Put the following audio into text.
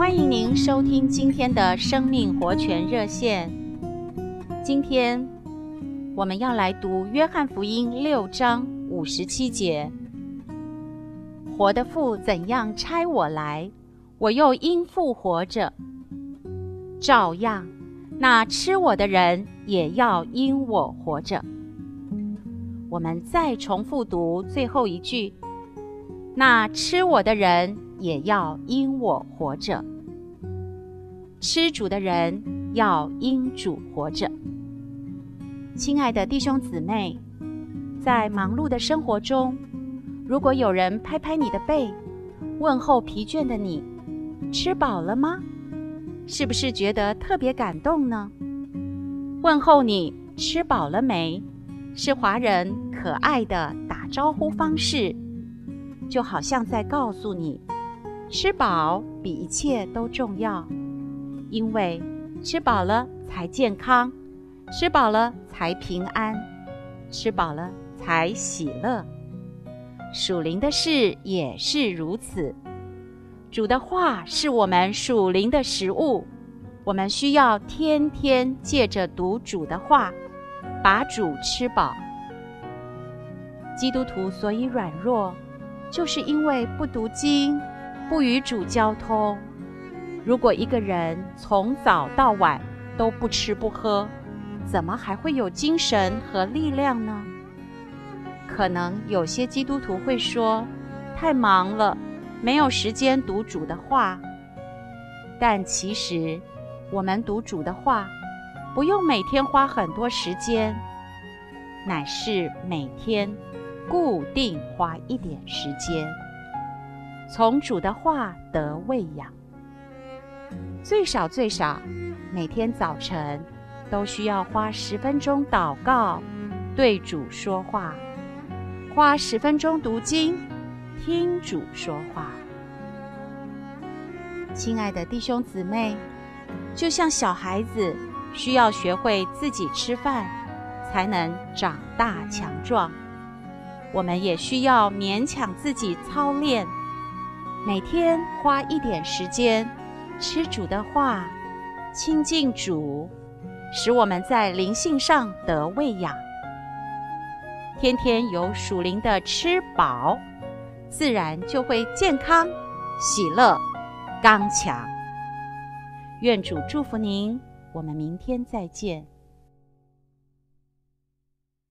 欢迎您收听今天的生命活泉热线。今天我们要来读约翰福音6章57节。活的父怎样差我来，我又因父活着，照样那吃我的人也要因我活着。我们再重复读最后一句，那吃我的人也要因我活着。吃主的人要因主活着。亲爱的弟兄姊妹，在忙碌的生活中，如果有人拍拍你的背，问候疲倦的你，吃饱了吗？是不是觉得特别感动呢？问候你吃饱了没，是华人可爱的打招呼方式，就好像在告诉你，吃饱比一切都重要，因为吃饱了才健康，吃饱了才平安，吃饱了才喜乐。属灵的事也是如此，主的话是我们属灵的食物，我们需要天天借着读主的话，把主吃饱。基督徒所以软弱，就是因为不读经，不与主交通。如果一个人从早到晚都不吃不喝，怎么还会有精神和力量呢？可能有些基督徒会说，太忙了，没有时间读主的话。但其实我们读主的话，不用每天花很多时间，乃是每天固定花一点时间，从主的话得喂养。最少每天早晨都需要花10分钟祷告，对主说话，花10分钟读经，听主说话。亲爱的弟兄姊妹，就像小孩子需要学会自己吃饭，才能长大强壮，我们也需要勉强自己操练，每天花一点时间吃主的话，亲近主，使我们在灵性上得喂养。天天有属灵的吃饱，自然就会健康、喜乐、刚强。愿主祝福您，我们明天再见。